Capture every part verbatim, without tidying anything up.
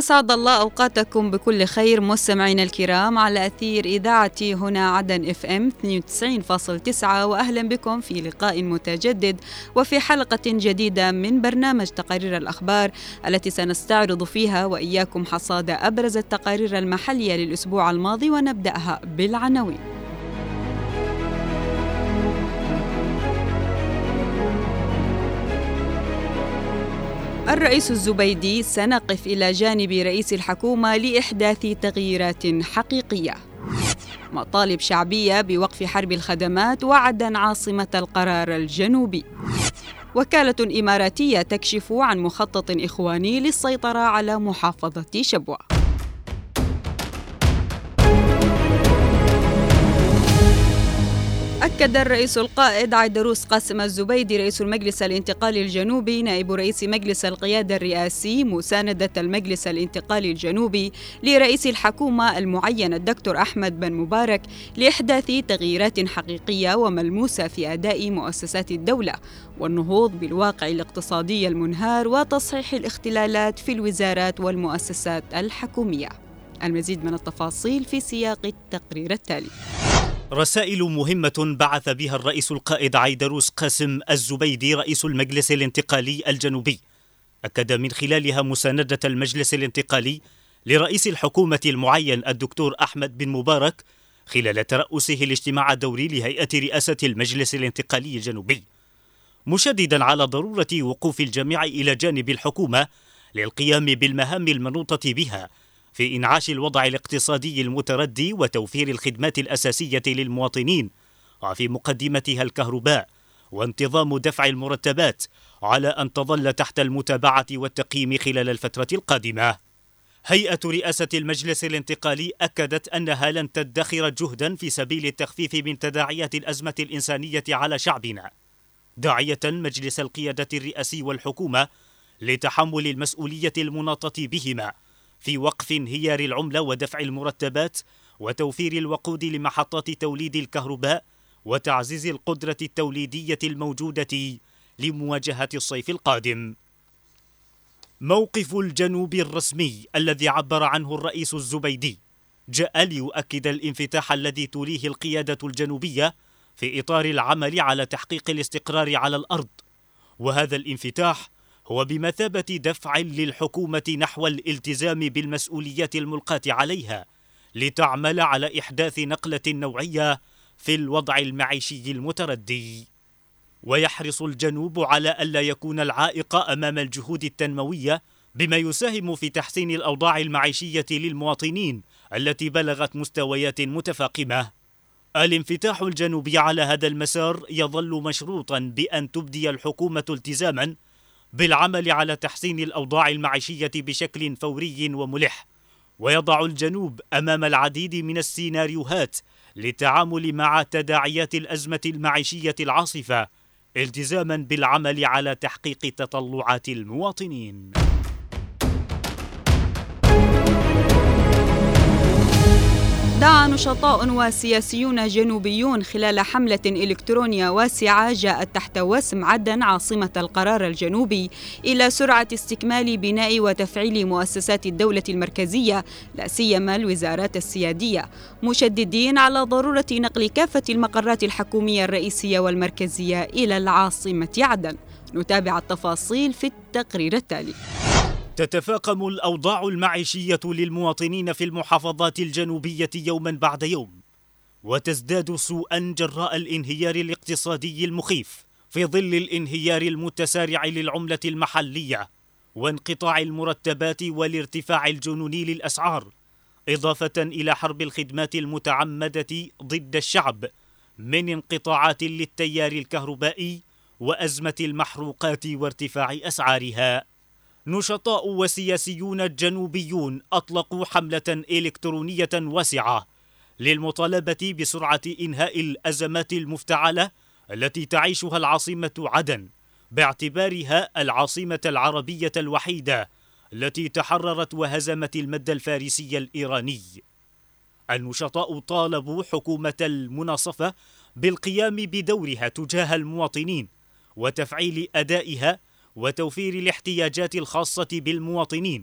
أسعد الله أوقاتكم بكل خير مستمعينا الكرام على أثير إذاعة هنا عدن اف ام اثنين وتسعين فاصلة تسعة، وأهلا بكم في لقاء متجدد وفي حلقة جديدة من برنامج تقارير الأخبار التي سنستعرض فيها وإياكم حصاد أبرز التقارير المحلية للأسبوع الماضي، ونبدأها بالعناوين. الرئيس الزبيدي: سنقف إلى جانب رئيس الحكومة لإحداث تغييرات حقيقية. مطالب شعبية بوقف حرب الخدمات وعدن عاصمة القرار الجنوبي. وكالة إماراتية تكشف عن مخطط إخواني للسيطرة على محافظة شبوة. أكد الرئيس القائد عيدروس قاسم الزبيدي رئيس المجلس الانتقالي الجنوبي نائب رئيس مجلس القيادة الرئاسي مساندة المجلس الانتقالي الجنوبي لرئيس الحكومة المعين الدكتور أحمد بن مبارك لإحداث تغييرات حقيقية وملموسة في أداء مؤسسات الدولة والنهوض بالواقع الاقتصادي المنهار وتصحيح الاختلالات في الوزارات والمؤسسات الحكومية. المزيد من التفاصيل في سياق التقرير التالي. رسائل مهمة بعث بها الرئيس القائد عيدروس قاسم الزبيدي رئيس المجلس الانتقالي الجنوبي، أكد من خلالها مساندة المجلس الانتقالي لرئيس الحكومة المعين الدكتور أحمد بن مبارك خلال ترأسه الاجتماع الدوري لهيئة رئاسة المجلس الانتقالي الجنوبي، مشددا على ضرورة وقوف الجميع إلى جانب الحكومة للقيام بالمهام المنوطة بها في إنعاش الوضع الاقتصادي المتردي وتوفير الخدمات الأساسية للمواطنين، وفي مقدمتها الكهرباء وانتظام دفع المرتبات، على أن تظل تحت المتابعة والتقييم خلال الفترة القادمة. هيئة رئاسة المجلس الانتقالي أكدت أنها لن تدخر جهدا في سبيل التخفيف من تداعيات الأزمة الإنسانية على شعبنا، داعية مجلس القيادة الرئاسي والحكومة لتحمل المسؤولية المناطة بهما في وقف انهيار العملة ودفع المرتبات وتوفير الوقود لمحطات توليد الكهرباء وتعزيز القدرة التوليدية الموجودة لمواجهة الصيف القادم. موقف الجنوب الرسمي الذي عبر عنه الرئيس الزبيدي جاء ليؤكد الانفتاح الذي توليه القيادة الجنوبية في إطار العمل على تحقيق الاستقرار على الأرض، وهذا الانفتاح هو بمثابة دفع للحكومة نحو الالتزام بالمسؤوليات الملقاة عليها لتعمل على إحداث نقلة نوعية في الوضع المعيشي المتردي. ويحرص الجنوب على ألا يكون العائق أمام الجهود التنموية بما يساهم في تحسين الأوضاع المعيشية للمواطنين التي بلغت مستويات متفاقمة. الانفتاح الجنوبي على هذا المسار يظل مشروطا بأن تبدي الحكومة التزاما بالعمل على تحسين الأوضاع المعيشية بشكل فوري وملح، ويضع الجنوب أمام العديد من السيناريوهات للتعامل مع تداعيات الأزمة المعيشية العاصفة، التزاما بالعمل على تحقيق تطلعات المواطنين. دعا نشطاء وسياسيون جنوبيون خلال حملة إلكترونية واسعة جاءت تحت وسم عدن عاصمة القرار الجنوبي إلى سرعة استكمال بناء وتفعيل مؤسسات الدولة المركزية، لا سيما الوزارات السيادية، مشددين على ضرورة نقل كافة المقرات الحكومية الرئيسية والمركزية إلى العاصمة عدن. نتابع التفاصيل في التقرير التالي. تتفاقم الأوضاع المعيشية للمواطنين في المحافظات الجنوبية يوما بعد يوم، وتزداد سوءا جراء الانهيار الاقتصادي المخيف في ظل الانهيار المتسارع للعملة المحلية وانقطاع المرتبات والارتفاع الجنوني للأسعار، إضافة إلى حرب الخدمات المتعمدة ضد الشعب من انقطاعات للتيار الكهربائي وأزمة المحروقات وارتفاع أسعارها. نشطاء وسياسيون جنوبيون أطلقوا حملة إلكترونية واسعة للمطالبة بسرعة إنهاء الأزمات المفتعلة التي تعيشها العاصمة عدن، باعتبارها العاصمة العربية الوحيدة التي تحررت وهزمت المد الفارسي الإيراني. النشطاء طالبوا حكومة المناصفة بالقيام بدورها تجاه المواطنين وتفعيل أدائها وتوفير الاحتياجات الخاصة بالمواطنين،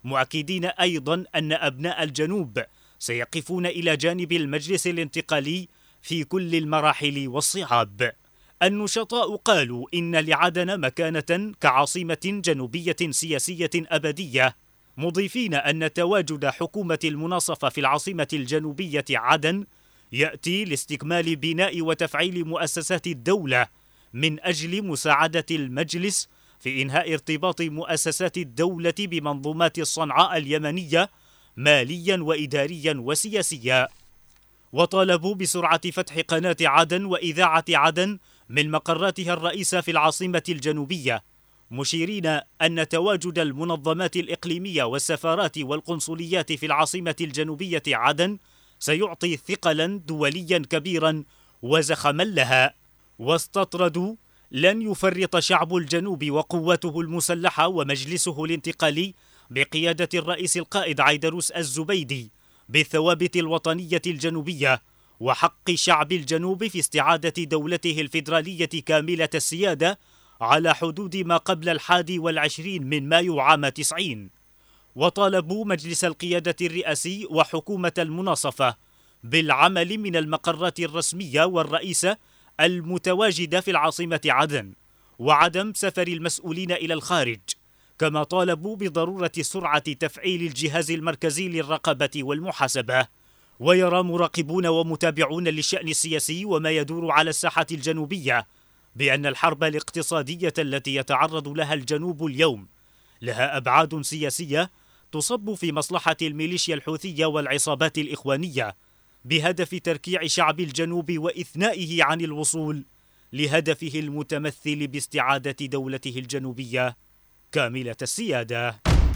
مؤكدين أيضا أن أبناء الجنوب سيقفون إلى جانب المجلس الانتقالي في كل المراحل والصعاب. النشطاء قالوا إن لعدن مكانة كعاصمة جنوبية سياسية أبدية، مضيفين أن تواجد حكومة المناصفة في العاصمة الجنوبية عدن يأتي لاستكمال بناء وتفعيل مؤسسات الدولة من أجل مساعدة المجلس في إنهاء ارتباط مؤسسات الدولة بمنظومات صنعاء اليمنية ماليا وإداريا وسياسيا. وطالبوا بسرعة فتح قناة عدن وإذاعة عدن من مقراتها الرئيسة في العاصمة الجنوبية، مشيرين أن تواجد المنظمات الإقليمية والسفارات والقنصليات في العاصمة الجنوبية عدن سيعطي ثقلا دوليا كبيرا وزخما لها. واستطردوا لن يفرط شعب الجنوب وقوته المسلحة ومجلسه الانتقالي بقيادة الرئيس القائد عيدروس الزبيدي بالثوابت الوطنية الجنوبية وحق شعب الجنوب في استعادة دولته الفيدرالية كاملة السيادة على حدود ما قبل الحادي والعشرين من مايو عام تسعين. وطالبوا مجلس القيادة الرئاسي وحكومة المناصفة بالعمل من المقرات الرسمية والرئيسة المتواجدة في العاصمة عدن وعدم سفر المسؤولين إلى الخارج، كما طالبوا بضرورة سرعة تفعيل الجهاز المركزي للرقابة والمحاسبة. ويرى مراقبون ومتابعون للشأن السياسي وما يدور على الساحة الجنوبية بأن الحرب الاقتصادية التي يتعرض لها الجنوب اليوم لها أبعاد سياسية تصب في مصلحة الميليشيا الحوثية والعصابات الإخوانية بهدف تركيع شعب الجنوب وإثنائه عن الوصول لهدفه المتمثل باستعادة دولته الجنوبية كاملة السيادة.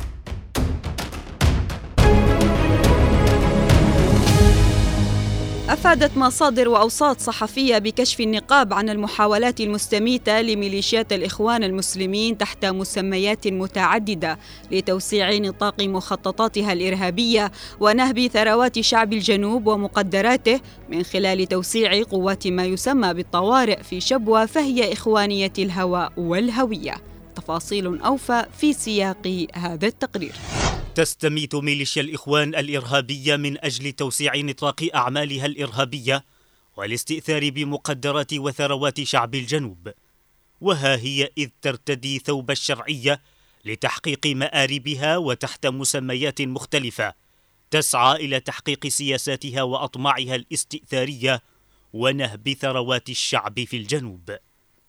أفادت مصادر وأوساط صحفية بكشف النقاب عن المحاولات المستميتة لميليشيات الإخوان المسلمين تحت مسميات متعددة لتوسيع نطاق مخططاتها الإرهابية ونهب ثروات شعب الجنوب ومقدراته من خلال توسيع قوات ما يسمى بالطوارئ في شبوة، فهي إخوانية الهوى والهوية. تفاصيل أوفى في سياق هذا التقرير. تستميت ميليشيا الإخوان الإرهابية من أجل توسيع نطاق أعمالها الإرهابية والاستئثار بمقدرات وثروات شعب الجنوب، وها هي إذ ترتدي ثوب الشرعية لتحقيق مآربها وتحت مسميات مختلفة تسعى إلى تحقيق سياساتها وأطماعها الاستئثارية ونهب ثروات الشعب في الجنوب.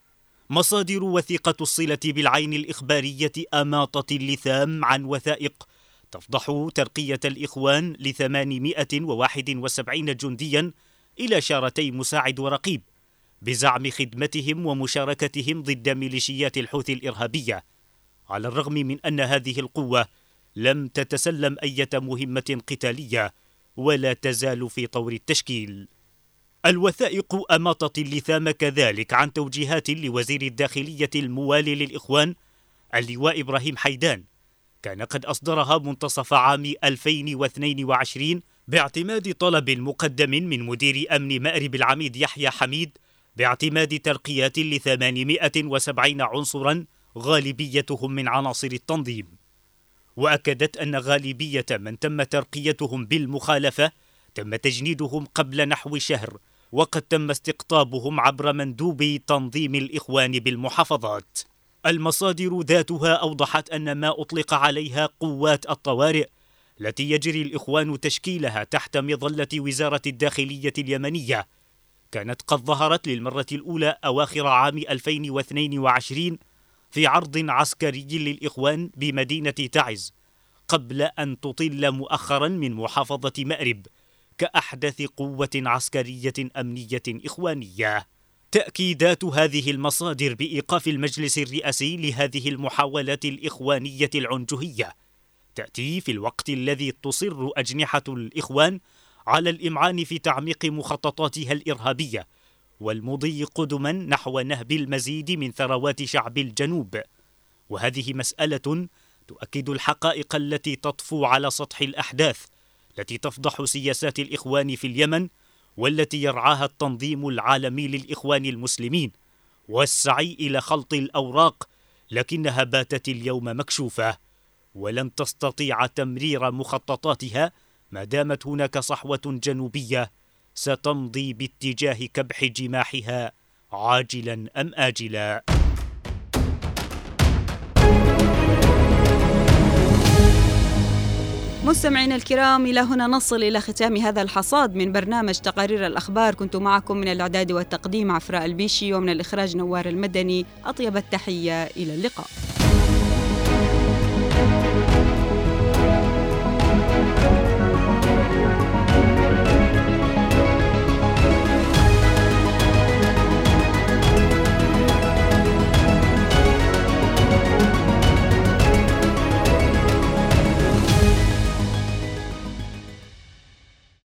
مصادر وثيقة الصلة بالعين الإخبارية أماطت اللثام عن وثائق تفضح ترقية الإخوان لثمانمائة وواحد وسبعين جنديا إلى شارتي مساعد ورقيب بزعم خدمتهم ومشاركتهم ضد ميليشيات الحوثي الإرهابية، على الرغم من أن هذه القوة لم تتسلم أي مهمة قتالية ولا تزال في طور التشكيل. الوثائق أماطت اللثام كذلك عن توجيهات لوزير الداخلية الموالي للإخوان اللواء إبراهيم حيدان كان قد أصدرها منتصف عام ألفين واثنين وعشرين باعتماد طلب مقدم من مدير أمن مأرب العميد يحيى حميد باعتماد ترقيات لثمانمائة وسبعين عنصرا غالبيتهم من عناصر التنظيم. وأكدت أن غالبية من تم ترقيتهم بالمخالفة تم تجنيدهم قبل نحو شهر، وقد تم استقطابهم عبر مندوب تنظيم الإخوان بالمحافظات. المصادر ذاتها أوضحت أن ما أطلق عليها قوات الطوارئ التي يجري الإخوان تشكيلها تحت مظلة وزارة الداخلية اليمنية كانت قد ظهرت للمرة الأولى أواخر عام ألفين واثنين وعشرين في عرض عسكري للإخوان بمدينة تعز، قبل أن تطل مؤخرا من محافظة مأرب كأحدث قوة عسكرية أمنية إخوانية. تأكيدات هذه المصادر بإيقاف المجلس الرئاسي لهذه المحاولات الإخوانية العنجهية تأتي في الوقت الذي تصر أجنحة الإخوان على الإمعان في تعميق مخططاتها الإرهابية والمضي قدما نحو نهب المزيد من ثروات شعب الجنوب. وهذه مسألة تؤكد الحقائق التي تطفو على سطح الأحداث التي تفضح سياسات الإخوان في اليمن والتي يرعاها التنظيم العالمي للإخوان المسلمين، والسعي إلى خلط الأوراق لكنها باتت اليوم مكشوفة. ولن تستطيع تمرير مخططاتها ما دامت هناك صحوة جنوبية ستمضي باتجاه كبح جماحها عاجلا أم آجلا. مستمعينا الكرام، إلى هنا نصل إلى ختام هذا الحصاد من برنامج تقارير الأخبار. كنت معكم من الإعداد والتقديم عفراء البيشي، ومن الإخراج نوار المدني. أطيب التحية، إلى اللقاء.